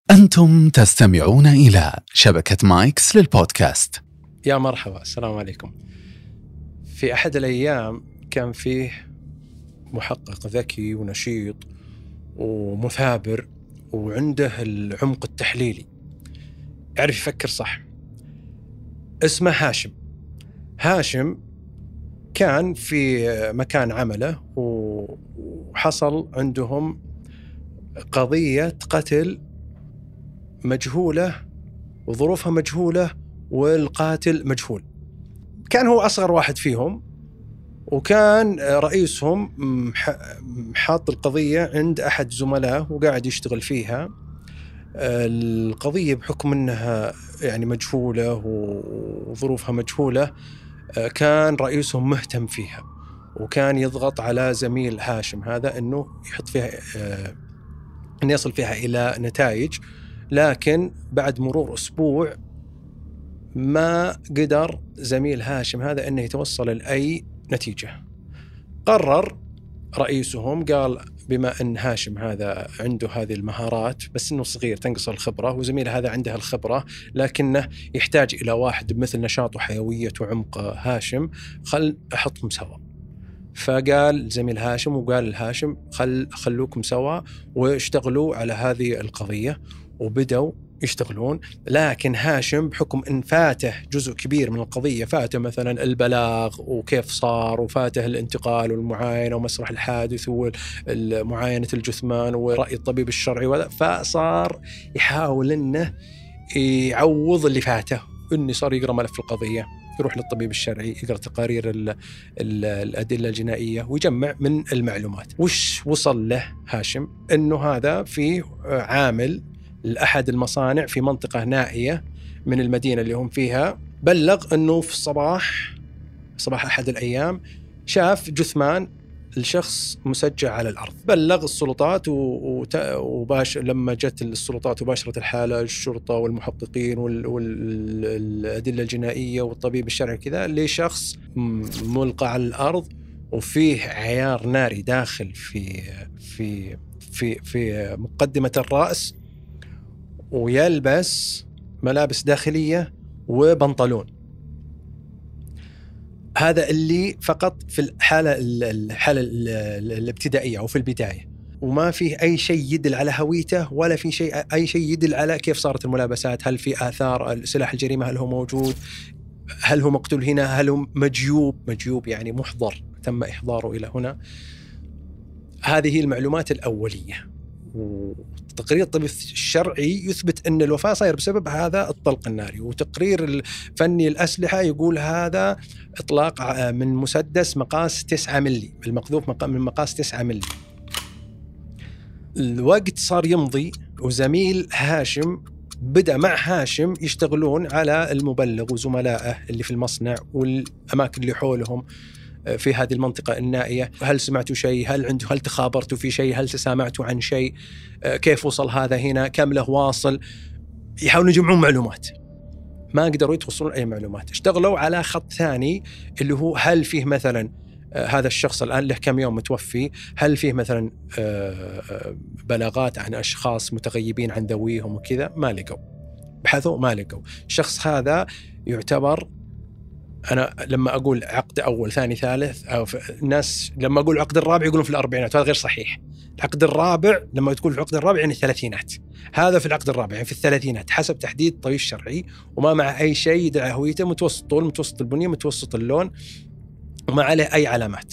أنتم تستمعون إلى شبكة مايكس للبودكاست. يا مرحبا، السلام عليكم. في أحد الأيام كان فيه محقق ذكي ونشيط ومثابر وعنده العمق التحليلي، يعرف يفكر صح. اسمه هاشم كان في مكان عمله وحصل عندهم قضية قتل مجهولة وظروفها مجهولة والقاتل مجهول. كان هو أصغر واحد فيهم، وكان رئيسهم حاط القضية عند أحد زملائه وقاعد يشتغل فيها. القضية بحكم أنها يعني مجهولة وظروفها مجهولة، كان رئيسهم مهتم فيها، وكان يضغط على زميل هاشم هذا أنه يحط فيها أن يصل فيها إلى نتائج. لكن بعد مرور أسبوع ما قدر زميل هاشم هذا أنه يتوصل لأي نتيجة. قرر رئيسهم، قال بما أن هاشم هذا عنده هذه المهارات بس أنه صغير تنقص الخبرة، وزميل هذا عنده الخبرة لكنه يحتاج إلى واحد بمثل نشاط وحيوية وعمق هاشم، خل أحطهم سوا. فقال زميل هاشم وقال الهاشم خلوكم سوا واشتغلوا على هذه القضية، وبدأوا يشتغلون. لكن هاشم بحكم أن فاته جزء كبير من القضية، فاته مثلا البلاغ وكيف صار، وفاته الانتقال والمعاينة ومسرح الحادث ومعاينة الجثمان ورأي الطبيب الشرعي، فصار يحاول أنه يعوض اللي فاته، أنه صار يقرأ ملف القضية، يروح للطبيب الشرعي، يقرأ تقارير الأدلة الجنائية ويجمع من المعلومات. وش وصل له هاشم؟ أنه هذا في عامل لأحد المصانع في منطقة نائية من المدينة اللي هم فيها، بلغ أنه في صباح أحد الأيام شاف جثمان الشخص مسجع على الأرض. بلغ السلطات لما جت السلطات وباشرت الحالة، الشرطة والمحققين والأدلة الجنائية والطبيب الشرعي كذا، لشخص ملقى على الأرض وفيه عيار ناري داخل في مقدمة الرأس، ويلبس ملابس داخلية وبنطلون. هذا اللي فقط في الحالة الابتدائية أو في البداية، وما فيه أي شيء يدل على هويته ولا في أي شيء يدل على كيف صارت الملابسات، هل في آثار سلاح الجريمة، هل هو موجود، هل هو مقتول هنا، هل هو مجيوب يعني محضر تم إحضاره إلى هنا. هذه هي المعلومات الأولية. وتقرير الطبيب الشرعي يثبت أن الوفاة صاير بسبب هذا الطلق الناري، وتقرير الفني الأسلحة يقول هذا إطلاق من مسدس مقاس 9 ملي، المقذوف من مقاس 9 ملي. الوقت صار يمضي، وزميل هاشم بدأ مع هاشم يشتغلون على المبلغ وزملائه اللي في المصنع والأماكن اللي حولهم في هذه المنطقة النائية. هل سمعتوا شيء؟ هل تخابرتوا في شيء؟ هل تسامعتوا عن شيء؟ كيف وصل هذا هنا؟ كم له واصل؟ يحاولون يجمعون معلومات، ما قدروا يتوصلون أي معلومات. اشتغلوا على خط ثاني اللي هو هل فيه مثلا هذا الشخص الآن له كم يوم متوفي، هل فيه مثلا بلاغات عن أشخاص متغيبين عن ذويهم وكذا؟ ما لقوا، بحثوا ما لقوا. الشخص هذا يعتبر، أنا لما أقول عقد أول ثاني ثالث، أو الناس لما أقول العقد الرابع يقولون في الأربعينات، هذا غير صحيح. العقد الرابع لما تقول في العقد الرابع يعني الثلاثينات، هذا في العقد الرابع يعني في الثلاثينات حسب تحديد الطبيب الشرعي، وما مع أي شيء يدل على هويته، متوسط الطول، متوسط البنية، متوسط اللون، وما عليه أي علامات.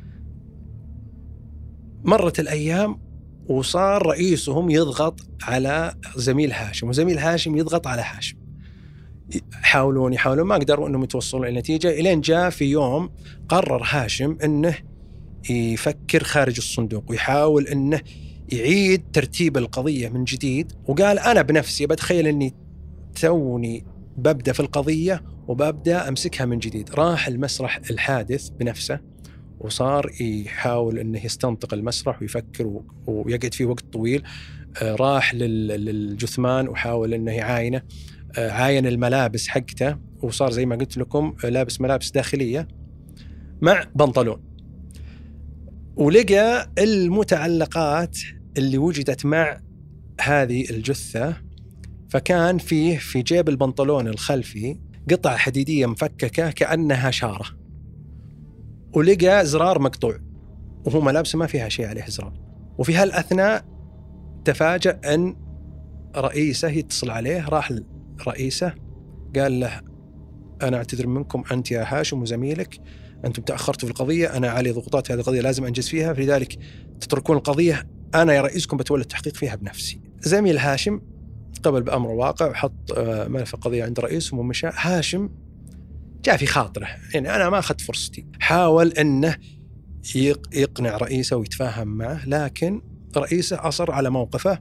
مرت الأيام وصار رئيسهم يضغط على زميل هاشم، وزميل هاشم يضغط على هاشم، يحاولون ما قدروا أنهم يتوصلون إلى نتيجة. إلين جاء في يوم قرر هاشم أنه يفكر خارج الصندوق ويحاول أنه يعيد ترتيب القضية من جديد. وقال أنا بنفسي بتخيل أني توني ببدأ في القضية وببدأ أمسكها من جديد. راح المسرح الحادث بنفسه وصار يحاول أنه يستنطق المسرح ويفكر ويقعد فيه وقت طويل. راح للجثمان وحاول أنه يعاينه، عاين الملابس حقته، وصار زي ما قلت لكم لابس ملابس داخلية مع بنطلون، ولقى المتعلقات اللي وجدت مع هذه الجثة، فكان فيه في جيب البنطلون الخلفي قطعة حديدية مفككة كأنها شارة، ولقى زرار مقطوع وهو ملابسه ما فيها شيء عليه زرار. وفي هالأثناء تفاجأ أن رئيسه يتصل عليه، راح رئيسه قال له أنا أعتذر منكم أنت يا هاشم وزميلك، أنتم تأخرتوا في القضية، أنا علي ضغوطات في هذه القضية لازم أنجز فيها، فلذلك تتركون القضية، أنا يا رئيسكم بتولى التحقيق فيها بنفسي. زميل هاشم قبل بأمر الواقع وحط ملف القضية عند رئيسهم ومشى. هاشم جاء في خاطره يعني أنا ما أخذت فرصتي، حاول أنه يقنع رئيسه ويتفاهم معه، لكن رئيسه أصر على موقفه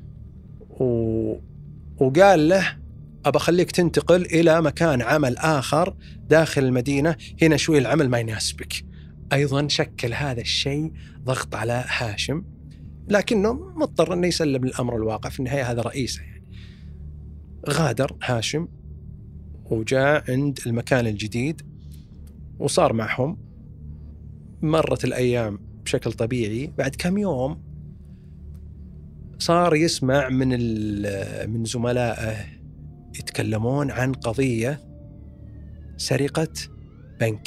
وقال له أبى أخليك تنتقل إلى مكان عمل آخر داخل المدينة، هنا شوي العمل ما يناسبك. أيضا شكل هذا الشيء ضغط على هاشم، لكنه مضطر أنه يسلم الأمر الواقع، في النهاية هذا رئيسه يعني. غادر هاشم وجاء عند المكان الجديد وصار معهم. مرت الأيام بشكل طبيعي. بعد كم يوم صار يسمع من زملائه يتكلمون عن قضية سرقة بنك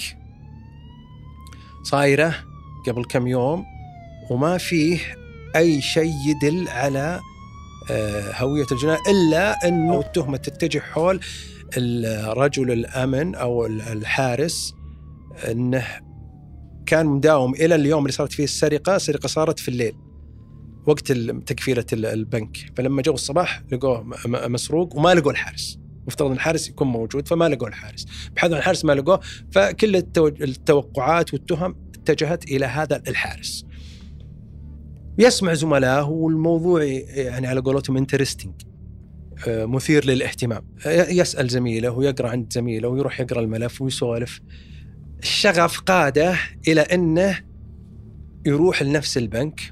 صايرة قبل كم يوم، وما فيه أي شيء يدل على هوية الجنائي إلا أنه التهمة تتجه حول الرجل الأمن أو الحارس، أنه كان مداوم إلى اليوم اللي صارت فيه السرقة صارت في الليل وقت تكفيلة البنك، فلما جو الصباح لقوه مسروق وما لقوا الحارس. مفترض الحارس يكون موجود فما لقوا الحارس، بحثوا عن الحارس ما لقوه، فكل التوقعات والتهم اتجهت إلى هذا الحارس. يسمع زملائه والموضوع يعني على قولتهم انترستينج، مثير للاهتمام. يسأل زميله ويقرأ عند زميله ويروح يقرأ الملف ويسولف. الشغف قاده إلى أنه يروح لنفس البنك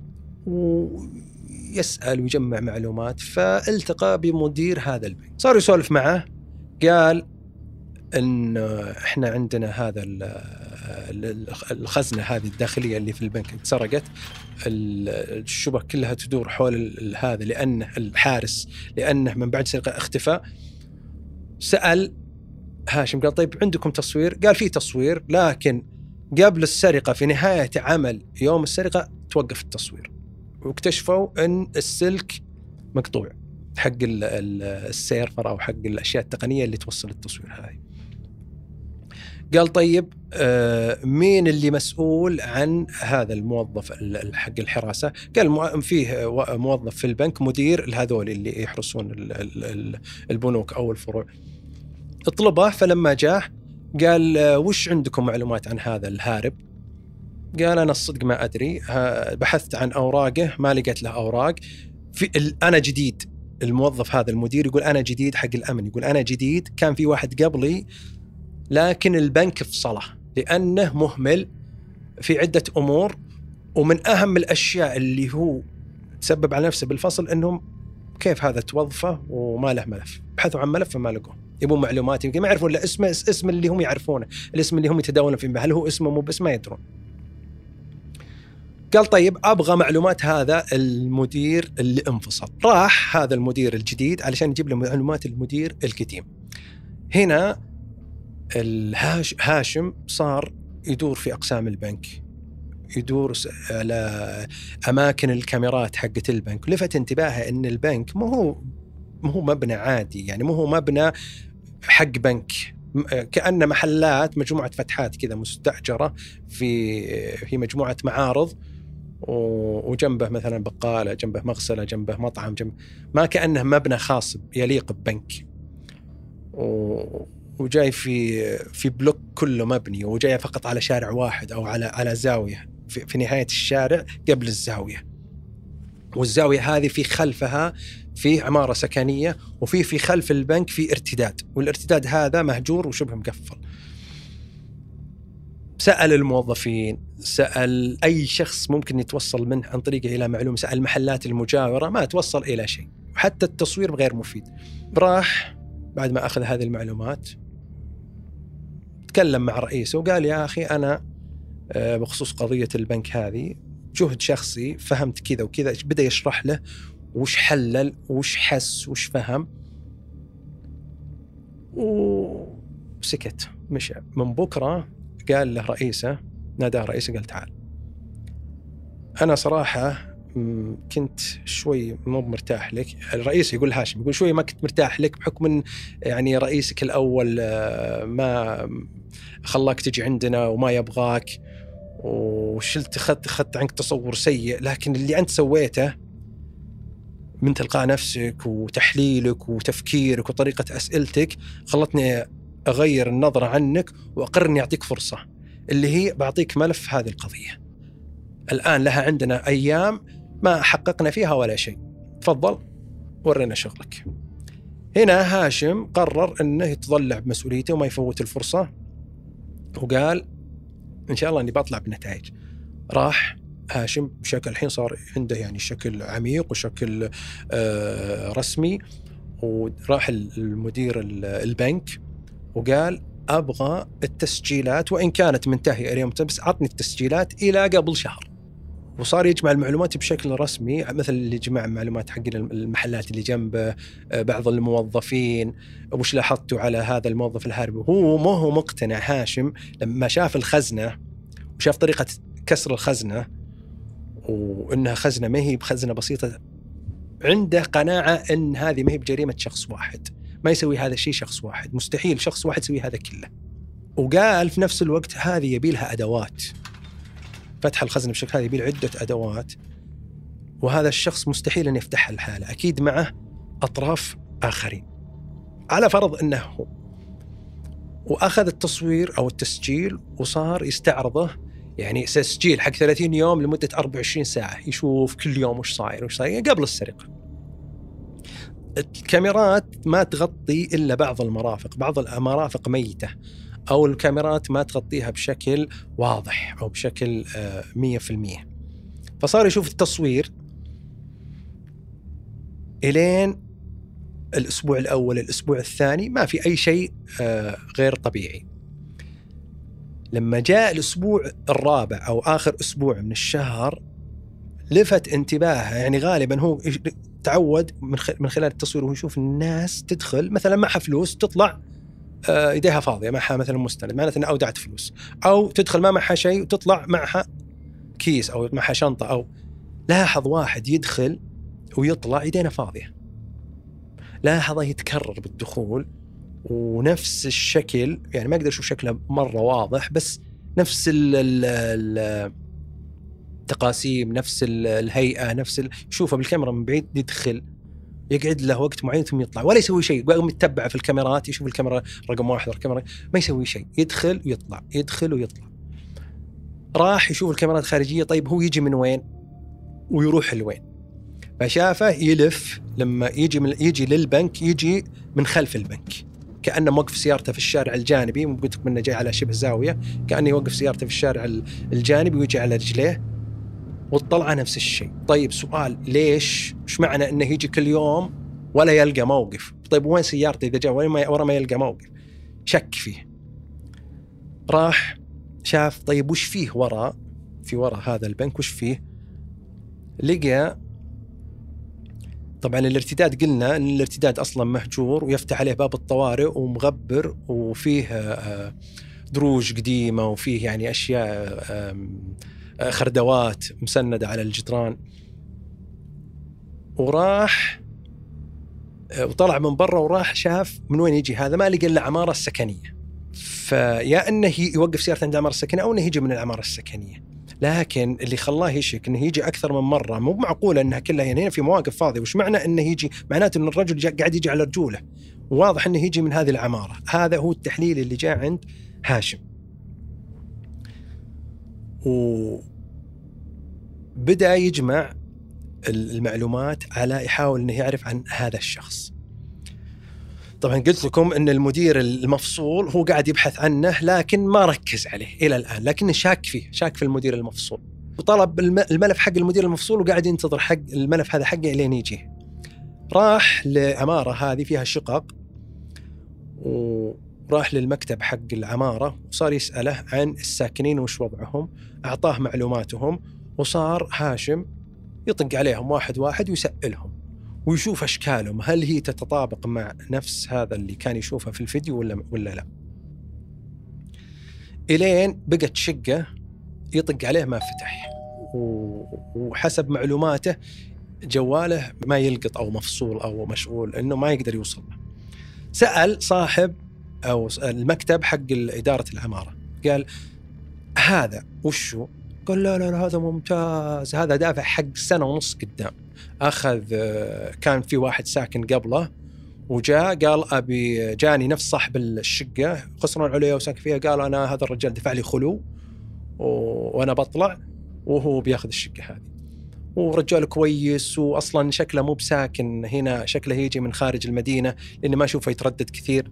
ويسأل ويجمع معلومات، فالتقى بمدير هذا البنك. صار يسولف معه، قال إن إحنا عندنا هذا الخزنة هذه الداخلية اللي في البنك اتسرقت، الشبه كلها تدور حول هذا، لأنه الحارس لأنه من بعد سرقة اختفى. سأل هاشم قال طيب عندكم تصوير؟ قال في تصوير، لكن قبل السرقة في نهاية عمل يوم السرقة توقف التصوير، واكتشفوا أن السلك مقطوع حق السيرفر أو حق الأشياء التقنية اللي توصل التصوير هاي. قال طيب مين اللي مسؤول عن هذا الموظف حق الحراسة؟ قال فيه موظف في البنك مدير الهذول اللي يحرسون البنوك أو الفروع. اطلبه، فلما جاء قال وش عندكم معلومات عن هذا الهارب؟ قال أنا الصدق ما أدري، بحثت عن أوراقه ما لقيت له أوراق. أنا جديد، الموظف هذا المدير يقول أنا جديد حق الأمن، يقول أنا جديد، كان في واحد قبلي لكن البنك فصله لأنه مهمل في عدة أمور، ومن أهم الأشياء اللي هو تسبب على نفسه بالفصل أنهم كيف هذا توظفه وما له ملف. بحثوا عن ملف فما لقوه، يبون معلومات يمكن ما يعرفون إلا اسم اللي هم يعرفونه، الاسم اللي هم يتداولون فيه، هل هو اسمه مو بس ما يدرون. قال طيب أبغى معلومات هذا المدير اللي انفصل. راح هذا المدير الجديد علشان يجيب له معلومات المدير القديم. هنا هاشم صار يدور في أقسام البنك، يدور على أماكن الكاميرات حقت البنك، لفت انتباهه أن البنك ما هو مبنى عادي، يعني ما هو مبنى حق بنك، كأن محلات مجموعة فتحات كذا مستأجرة في مجموعة معارض، وجنبه مثلا بقالة، جنبه مغسلة، جنبه مطعم، ما كأنه مبنى خاص يليق ببنك. وجاي في بلوك كله مبني، وجاي فقط على شارع واحد أو على زاوية في نهاية الشارع قبل الزاوية، والزاوية هذه في خلفها في عمارة سكنية، وفي خلف البنك في ارتداد، والارتداد هذا مهجور وشبه مقفل. سأل الموظفين، سأل أي شخص ممكن يتوصل منه عن طريقه إلى معلومة، سأل المحلات المجاورة، ما توصل إلى شيء، وحتى التصوير غير مفيد. راح بعد ما أخذ هذه المعلومات تكلم مع رئيسه وقال يا أخي أنا بخصوص قضية البنك هذه جهد شخصي، فهمت كذا وكذا. بدأ يشرح له وش حلل وش حس وش فهم، وسكت مشى. من بكرة قال له رئيسه، نادى رئيسه قال تعال. أنا صراحة كنت شوي مو مرتاح لك. الرئيس يقول هاشم، يقول شوي ما كنت مرتاح لك بحكم ان يعني رئيسك الأول ما خلاك تجي عندنا وما يبغاك، وشلت خدت عنك تصور سيء، لكن اللي أنت سويته من تلقاء نفسك وتحليلك وتفكيرك وطريقة أسئلتك خلتني أغير النظرة عنك وأقررني أعطيك فرصة، اللي هي بعطيك ملف هذه القضية. الآن لها عندنا أيام ما حققنا فيها ولا شيء، تفضل ورينا شغلك. هنا هاشم قرر أنه يتضلع بمسؤوليته وما يفوت الفرصة، وقال إن شاء الله أني بطلع بنتائج. راح هاشم بشكل الحين صار عنده يعني شكل عميق وشكل رسمي، وراح المدير البنك وقال أبغى التسجيلات وإن كانت منتهية اليوم، بس عطني التسجيلات إلى قبل شهر. وصار يجمع المعلومات بشكل رسمي، مثل اللي جمع معلومات حق المحلات اللي جنبه، بعض الموظفين، وش لاحظتوا على هذا الموظف الهارب. هو مقتنع هاشم لما شاف الخزنة وشاف طريقة كسر الخزنة وإنها خزنة ما هي بخزنة بسيطة، عنده قناعة إن هذه ما هي بجريمة شخص واحد، ما يسوي هذا الشيء شخص واحد، مستحيل شخص واحد يسوي هذا كله. وقال في نفس الوقت هذه يبيلها أدوات، فتح الخزنة بشكل هذا يبيل عدة أدوات، وهذا الشخص مستحيل أن يفتحها الحالة، أكيد معه أطراف آخرين. على فرض أنه هو، وأخذ التصوير أو التسجيل وصار يستعرضه، يعني تسجيل حق 30 يوم لمدة 24 ساعة، يشوف كل يوم وش صاير قبل السرقة. الكاميرات ما تغطي إلا بعض المرافق، بعض المرافق ميتة، أو الكاميرات ما تغطيها بشكل واضح أو بشكل 100%. فصار يشوف التصوير إلين الأسبوع الأول، الأسبوع الثاني ما في أي شيء غير طبيعي. لما جاء الأسبوع الرابع أو آخر أسبوع من الشهر لفت انتباهه، يعني غالبا هو تعود من خلال التصوير وهو يشوف الناس تدخل مثلا معها فلوس تطلع يديها فاضية، معها مثلا مستند، معناته أنها أودعت فلوس، أو تدخل ما معها شيء وتطلع معها كيس أو معها شنطة. أو لاحظ واحد يدخل ويطلع يدينا فاضية، لاحظه يتكرر بالدخول ونفس الشكل، يعني ما أقدر أشوف شكله مرة واضح، بس نفس التقاسيم، نفس الهيئة، شوفه بالكاميرا من بعيد، يدخل يقعد له وقت معين ثم يطلع ولا يسوي شيء، يقوم يتبع في الكاميرات، يشوف الكاميرا رقم 1 الكاميرا، ما يسوي شيء، يدخل ويطلع يدخل ويطلع. راح يشوف الكاميرات الخارجية، طيب هو يجي من وين ويروح لوين؟ فشافه يلف، لما يجي للبنك يجي من خلف البنك، كأنه موقف سيارته في الشارع الجانبي، قلت لكم انه جاي على شبه زاوية، كأنه يوقف سيارته في الشارع الجانبي ويجي على رجليه، والطلعة نفس الشيء. طيب سؤال، ليش؟ مش معنى انه يجي كل يوم ولا يلقى موقف؟ طيب وين سيارته إذا جاء ورا ما يلقى موقف؟ شك فيه. راح شاف طيب وش فيه في وراء هذا البنك، وش فيه؟ لقى طبعا الارتداد، قلنا ان الارتداد اصلا مهجور ويفتح عليه باب الطوارئ ومغبر، وفيه دروج قديمة، وفيه يعني اشياء خردوات مسندة على الجدران. وراح وطلع من برا وراح شاف من وين يجي هذا، ما لقى إلا عمارة السكنية، فيا أنه يوقف سيارته عند العمارة السكنية أو أنه يجي من العمارة السكنية. لكن اللي خلاه يشك أنه يجي أكثر من مرة، مو معقولة أنها كلها هنا في مواقف فاضية. وش معنى أنه يجي؟ معناته أن الرجل قاعد يجي على رجوله، واضح أنه يجي من هذه العمارة. هذا هو التحليل اللي جاء عند هاشم. وبدأ يجمع المعلومات على يحاول أنه يعرف عن هذا الشخص. طبعا قلت لكم أن المدير المفصول هو قاعد يبحث عنه، لكن ما ركز عليه إلى الآن، لكنه شاك في المدير المفصول، وطلب الملف حق المدير المفصول وقاعد ينتظر حق الملف هذا حقه إلين يجي. راح لعمارة هذه فيها شقق، وراح للمكتب حق العمارة وصار يسأله عن الساكنين وش وضعهم، أعطاه معلوماتهم، وصار هاشم يطق عليهم واحد واحد ويسألهم ويشوف أشكالهم هل هي تتطابق مع نفس هذا اللي كان يشوفها في الفيديو ولا لا. إلين بقت شقة يطق عليه ما فتح، وحسب معلوماته جواله ما يلقط أو مفصول أو مشغول، إنه ما يقدر يوصل له. سأل صاحب أو المكتب حق إدارة العمارة، قال هذا وشو؟ قال لا هذا ممتاز، هذا دافع حق 1.5 سنة قدام. أخذ كان في واحد ساكن قبله وجاء قال أبي، جاني نفس صاحب الشقة خسرون عليه وساكن فيها، قال أنا هذا الرجال دفع لي خلو وأنا بطلع وهو بياخذ الشقة هذه، ورجال كويس وأصلا شكله مو بساكن هنا، شكله يجي من خارج المدينة لأني ما أشوفه يتردد كثير.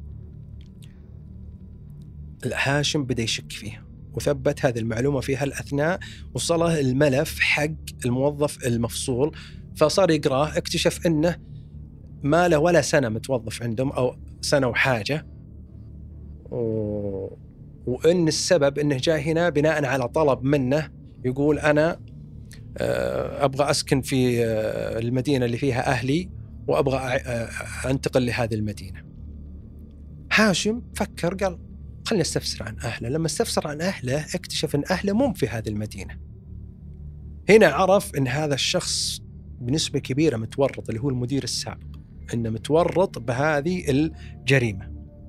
هاشم بدأ يشك فيه وثبت هذه المعلومة فيها الأثناء وصله الملف حق الموظف المفصول، فصار يقراه، اكتشف أنه ما له ولا سنة متوظف عندهم أو سنة وحاجة، وأن السبب أنه جاء هنا بناء على طلب منه، يقول أنا أبغى أسكن في المدينة اللي فيها أهلي وأبغى أنتقل لهذه المدينة. هاشم فكر قال خلني استفسر عن أهله. لما استفسر عن أهله اكتشف أن أهله مو في هذه المدينة. هنا عرف أن هذا الشخص بنسبة كبيرة متورط، اللي هو المدير السابق، أنه متورط بهذه الجريمة.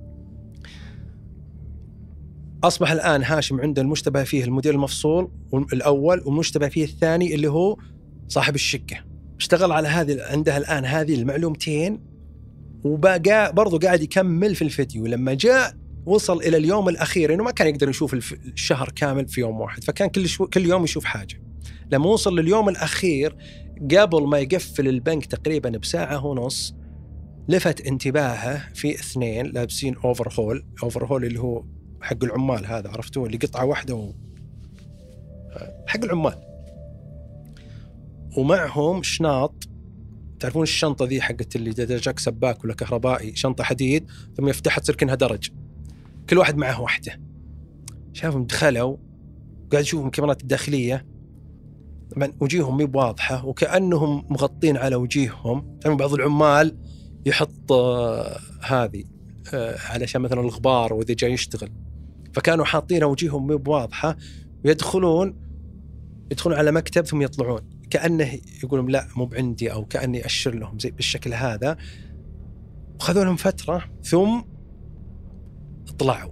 أصبح الآن هاشم عنده المشتبه فيه المدير المفصول الأول، والمشتبه فيه الثاني اللي هو صاحب الشقة. اشتغل على هذه، عنده الآن هذه المعلومتين، وبقى برضو قاعد يكمل في الفيديو. لما جاء وصل إلى اليوم الأخير، إنه ما كان يقدر يشوف الشهر كامل في يوم واحد، فكان كل يوم يشوف حاجة. لما وصل لليوم الأخير قبل ما يقفل البنك تقريبا بساعة ونص، لفت انتباهه في 2 لابسين أوفرهول اللي هو حق العمال، هذا عرفتوه اللي قطعة واحدة حق العمال، ومعهم شناط. تعرفون الشنطة ذي حقت اللي جاك سباك ولا كهربائي، شنطة حديد ثم يفتحها تصير كأنها درج، كل واحد معه واحدة. شافهم دخلوا، قاعد يشوفهم كاميرات الداخلية، طبعا وجيههم مي بواضحة وكأنهم مغطين على وجيههم. طبعا بعض العمال يحط هذه علشان مثلا الغبار وإذا جاي يشتغل، فكانوا حاطين وجيههم مي بواضحة، ويدخلون على مكتب ثم يطلعون كأنه يقولون لا مو بعندي، أو كأني أشر لهم زي بالشكل هذا. وخذوا لهم فترة ثم طلعوا،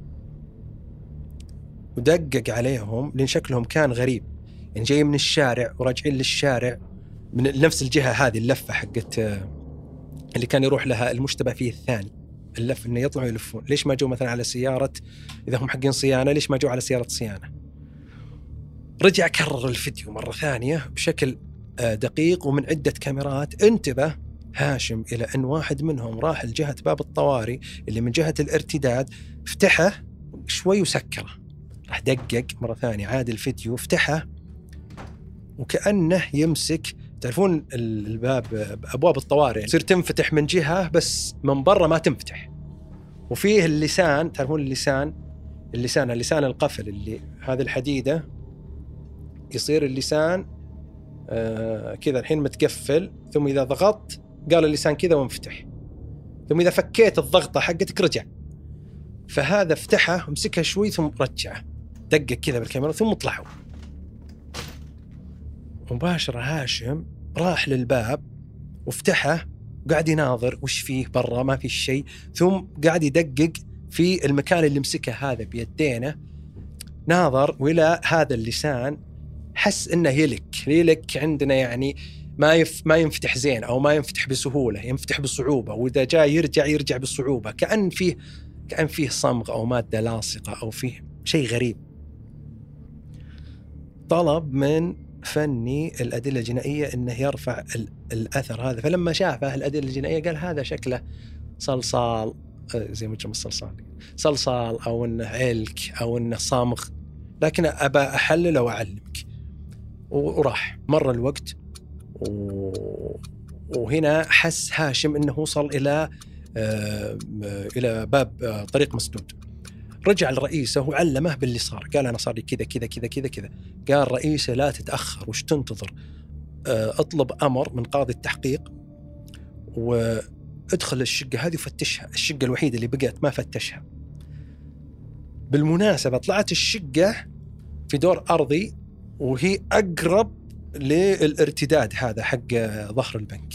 ودقق عليهم لأن شكلهم كان غريب، يعني جاي من الشارع وراجعين للشارع من نفس الجهة هذه، اللفة حقت اللي كان يروح لها المشتبه فيه الثاني، اللف إنه يطلعوا يلفون. ليش ما جو مثلا على سيارة، إذا هم حقين صيانة ليش ما جو على سيارة صيانة؟ رجع كرر الفيديو مرة ثانية بشكل دقيق ومن عدة كاميرات. انتبه هاشم إلى أن واحد منهم راح لجهة باب الطوارئ اللي من جهة الارتداد، فتحه شوي وسكره، راح دقق مرة ثانية، عاد الفيديو فتحه وكأنه يمسك. تعرفون الباب، أبواب الطوارئ تصير تنفتح من جهة بس من برا ما تنفتح، وفيه اللسان. تعرفون اللسان القفل اللي هذه الحديدة، يصير اللسان كذا الحين متقفل، ثم إذا ضغطت قال اللسان كذا وانفتح، ثم إذا فكيت الضغطة حقتك رجع. فهذا فتحه ومسكها شوي ثم رجعه، دقق كذا بالكاميرا ثم طلعوا. مباشرة هاشم راح للباب وفتحه وقاعد يناظر وش فيه برا، ما في شيء، ثم قاعد يدقق في المكان اللي مسكه هذا بيدينه. ناظر وإلى هذا اللسان، حس إنه يلك عندنا، يعني ما ينفتح زين أو ما ينفتح بسهولة، ينفتح بصعوبة، وإذا جاء يرجع بصعوبة، كأن فيه صمغ أو مادة لاصقة أو فيه شيء غريب. طلب من فني الأدلة الجنائية إنه يرفع الأثر هذا، فلما شافه الأدلة الجنائية قال هذا شكله صلصال، زي مجرم صلصال أو إنه علك أو إنه صامغ، لكن أبى أحلله وأعلمك. وراح مر الوقت، وهنا حس هاشم إنه وصل إلى باب طريق مسدود. رجع لرئيسه وعلمه باللي صار، قال أنا صار لي كذا كذا كذا كذا كذا. قال رئيسه لا تتأخر، وش تنتظر؟ اطلب أمر من قاضي التحقيق وادخل الشقة هذه وفتشها، الشقة الوحيدة اللي بقت ما فتشها. بالمناسبة طلعت الشقة في دور أرضي وهي أقرب للارتداد هذا حق ظهر البنك.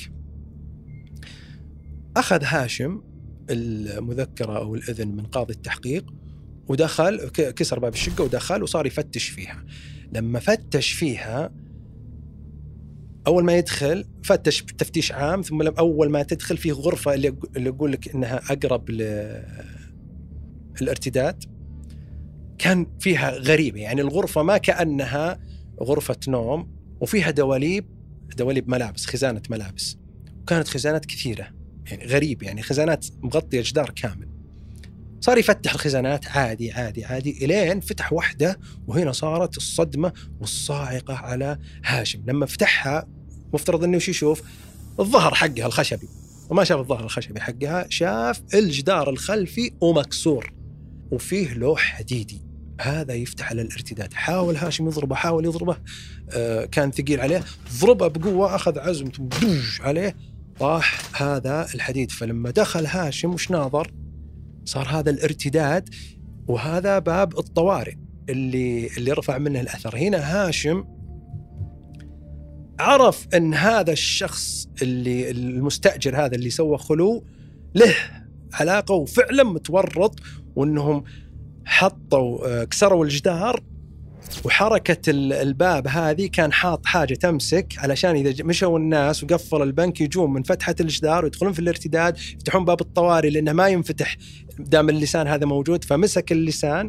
أخذ هاشم المذكرة أو الإذن من قاضي التحقيق ودخل، كسر باب الشقة ودخل وصار يفتش فيها. لما فتش فيها أول ما يدخل فتش تفتيش عام، ثم أول ما تدخل فيه غرفة اللي أقول لك إنها أقرب للارتداد، كان فيها غريبة. يعني الغرفة ما كأنها غرفة نوم، وفيها دواليب ملابس، خزانة ملابس، وكانت خزانات كثيرة يعني غريب، يعني خزانات مغطية جدار كامل. صار يفتح الخزانات عادي عادي عادي إلين فتح واحدة، وهنا صارت الصدمة والصاعقة على هاشم. لما فتحها مفترض أنه يشوف الظهر حقها الخشبي، وما شاف الظهر الخشبي حقها، شاف الجدار الخلفي ومكسور وفيه لوح حديدي. هذا يفتح على الارتداد. حاول هاشم يضربه، حاول يضربه، كان ثقيل عليه، ضربه بقوة، أخذ عزمته بدوج عليه، طاح هذا الحديد. فلما دخل هاشم وش ناظر؟ صار هذا الارتداد، وهذا باب الطوارئ اللي رفع منه الأثر. هنا هاشم عرف أن هذا الشخص اللي المستأجر هذا اللي سوى خلو له علاقة وفعلا متورط، وأنهم حطوا كسروا الجدار، وحركة الباب هذه كان حاط حاجة تمسك علشان إذا مشوا الناس وقفل البنك يجون من فتحة الجدار ويدخلون في الارتداد يفتحون باب الطوارئ لأنه ما ينفتح دام اللسان هذا موجود. فمسك اللسان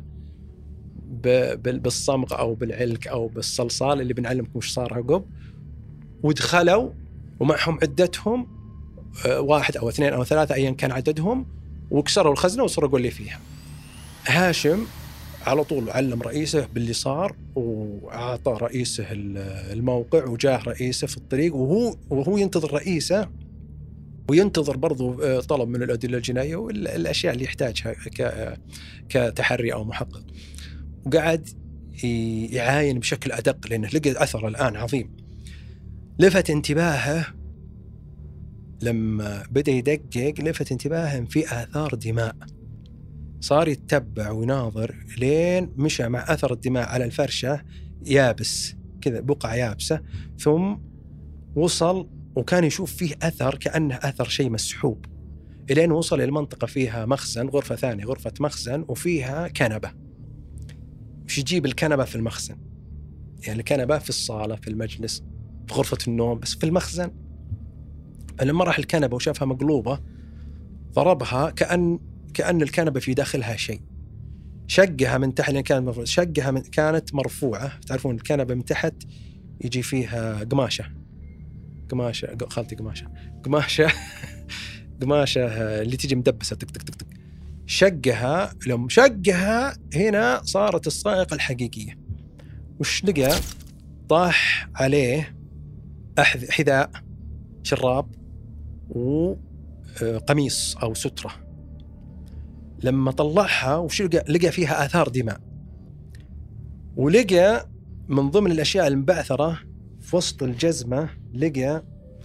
بالصمغ أو بالعلك أو بالصلصال اللي بنعلمكم وش صار عقب، ودخلوا ومعهم عدتهم، 1 أو 2 أو 3 أيا كان عددهم، وكسروا الخزنة وسرقوا اللي فيها. هاشم على طول علم رئيسه باللي صار، وعطى رئيسه الموقع، وجاه رئيسه في الطريق، وهو ينتظر رئيسه، وينتظر برضو طلب من الأدلة الجنائية والأشياء اللي يحتاجها كتحري أو محقق. وقعد يعاين بشكل أدق لأنه لقى أثر الآن عظيم. لفت انتباهه لما بدأ يدقق، لفت انتباهه في آثار دماء. صار يتبع ويناظر لين مشى مع أثر الدماء على الفرشة يابس كذا، بقعة يابسة، ثم وصل وكان يشوف فيه أثر كأنه أثر شيء مسحوب، إلين وصل إلى المنطقة فيها مخزن، غرفة ثانية، غرفة مخزن، وفيها كنبة. وش يجيب الكنبة في المخزن؟ يعني الكنبة في الصالة، في المجلس، في غرفة النوم، بس في المخزن. لما راح الكنبة وشافها مقلوبة ضربها كأن الكنبة في داخلها شيء، شقها من تحت، كانت مرفوعة. تعرفون الكنبة من تحت يجي فيها قماشة خالتي قماشة اللي تيجي مدبسة تك تك تك تك. شقها هنا صارت الصائقة الحقيقية. وش لقى؟ طاح عليه حذاء، شراب، وقميص أو سترة. لما طلعها وش لقى فيها آثار دماء، ولقى من ضمن الأشياء المبعثرة في وسط الجزمة لقى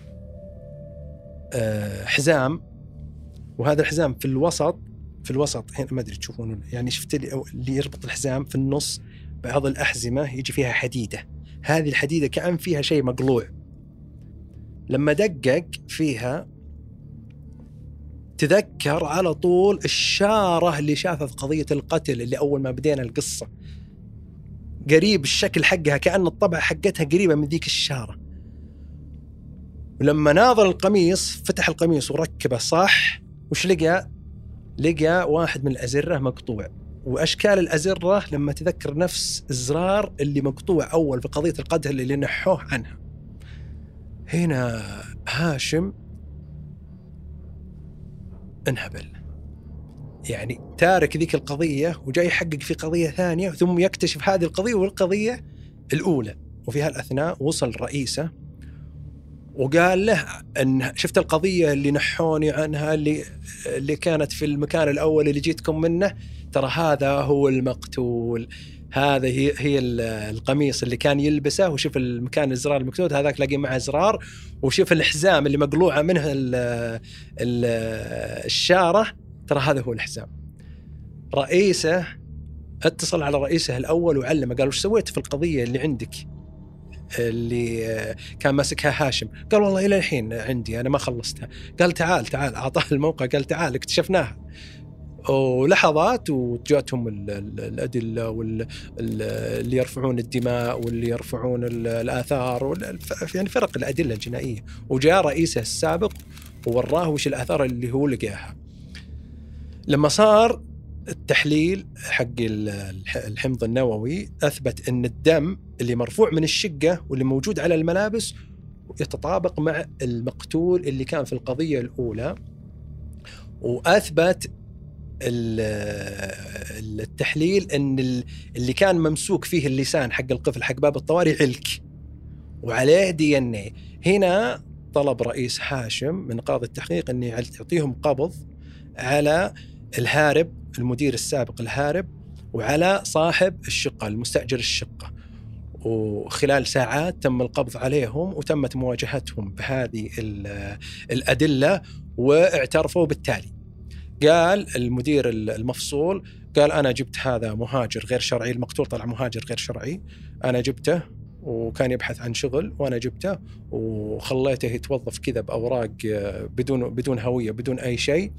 حزام، وهذا الحزام في الوسط هنا ما أدري تشوفونه، يعني شفت اللي يربط الحزام في النص. بعض الأحزمة يجي فيها حديدة، هذه الحديدة كأن فيها شيء مقلوع. لما دقق فيها تذكر على طول الشارة اللي شافها في قضية القتل اللي أول ما بدينا القصة، قريب الشكل حقها، كأن الطبع حقتها قريبة من ذيك الشارة. ولما ناظر القميص، فتح القميص وركبه صح، وش لقى واحد من الأزرة مقطوع، وأشكال الأزرة لما تذكر نفس الزرار اللي مقطوع أول في قضية القتل اللي نحوه عنها. هنا هاشم انهبل، يعني تارك ذيك القضية وجاي يحقق في قضية ثانية، ثم يكتشف هذه القضية والقضية الأولى. وفي هالأثناء وصل رئيسه وقال له أن شفت القضية اللي نحوني عنها، اللي كانت في المكان الأول اللي جيتكم منه، ترى هذا هو المقتول، هذا هي القميص اللي كان يلبسه، وشوف المكان الزرار المكتوب هذاك لاقي معه زرار، وشوف الحزام اللي مقلوعة منه الشارة، ترى هذا هو الحزام. رئيسه اتصل على رئيسه الأول وعلمه، قال وش سويت في القضية اللي عندك اللي كان ماسكها هاشم؟ قال والله إلى الحين عندي أنا ما خلصتها. قال تعال أعطاه الموقع، قال تعال اكتشفناها. ولحظات وجاتهم الأدلة واللي يرفعون الدماء واللي يرفعون الآثار يعني فرق الأدلة الجنائية، وجاء رئيسه السابق ووراه وش الآثار اللي هو لقاها. لما صار التحليل حق الحمض النووي أثبت أن الدم اللي مرفوع من الشقة واللي موجود على الملابس يتطابق مع المقتول اللي كان في القضية الأولى. وأثبت التحليل أن اللي كان ممسوك فيه اللسان حق القفل حق باب الطوارئ علك وعليه DNA. هنا طلب رئيس هاشم من قاضي التحقيق أن يعطيهم قبض على الهارب، المدير السابق الهارب، وعلى صاحب الشقة المستأجر الشقة. وخلال ساعات تم القبض عليهم وتمت مواجهتهم بهذه الأدلة واعترفوا بالتالي. قال المدير المفصول، قال أنا جبت هذا مهاجر غير شرعي، المقتول طلع مهاجر غير شرعي، أنا جبته وكان يبحث عن شغل وأنا جبته وخليته يتوظف كذا بأوراق بدون هوية بدون أي شيء،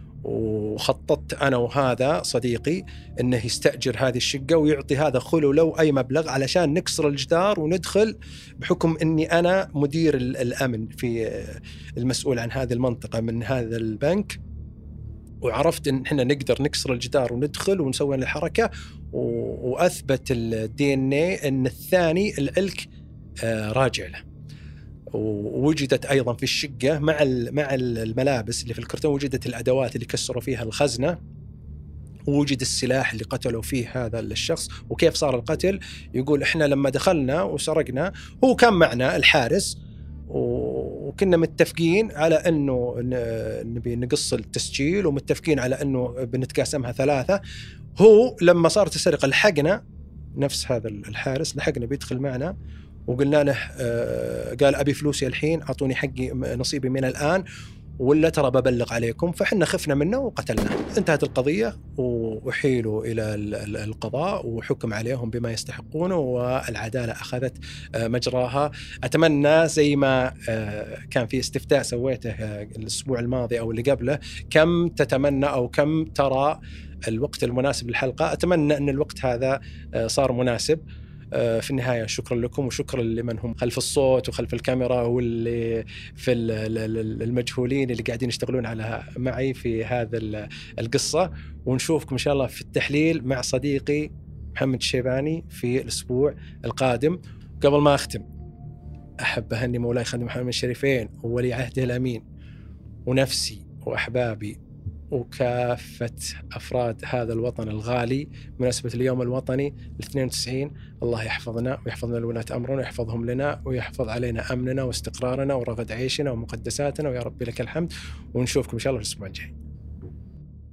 وخططت أنا وهذا صديقي أنه يستأجر هذه الشقة ويعطي هذا خلو لو أي مبلغ علشان نكسر الجدار وندخل، بحكم أني أنا مدير الأمن في المسؤول عن هذه المنطقة من هذا البنك، وعرفت ان احنا نقدر نكسر الجدار وندخل ونسوي الحركه. واثبت الDNA ان الثاني العلك راجع له. ووجدت ايضا في الشقه مع الملابس اللي في الكرتون وجدت الادوات اللي كسروا فيها الخزنه، ووجد السلاح اللي قتلوا فيه هذا الشخص. وكيف صار القتل؟ يقول احنا لما دخلنا وسرقنا هو كان معنا الحارس وكنا متفقين على أنه نبي نقص التسجيل ومتفقين على أنه بنتقاسمها 3. هو لما صارت السرقة لحقنا، نفس هذا الحارس لحقنا بيدخل معنا وقلنا له قال أبي فلوسي الحين، أعطوني حقي نصيبي من الآن ولا ترى ببلغ عليكم. فحنا خفنا منه وقتلناه. انتهت القضية وحيلوا إلى القضاء وحكم عليهم بما يستحقونه والعدالة أخذت مجراها. أتمنى زي ما كان في استفتاء سويته الأسبوع الماضي أو اللي قبله، كم تتمنى أو كم ترى الوقت المناسب للحلقة، أتمنى أن الوقت هذا صار مناسب. في النهاية شكرا لكم وشكرا لمن هم خلف الصوت وخلف الكاميرا واللي في المجهولين اللي قاعدين يشتغلون على معي في هذا القصة. ونشوفكم إن شاء الله في التحليل مع صديقي محمد الشيباني في الأسبوع القادم. قبل ما أختم أحب أهني مولاي خادم محمد الشريفين وولي عهده الأمين ونفسي وأحبابي وكافة أفراد هذا الوطن الغالي بمناسبة اليوم الوطني 92. الله يحفظنا ويحفظنا لولاة أمرنا ويحفظهم لنا ويحفظ علينا أمننا واستقرارنا ورغد عيشنا ومقدساتنا، ويا رب لك الحمد. ونشوفكم إن شاء الله في الأسبوع الجاي.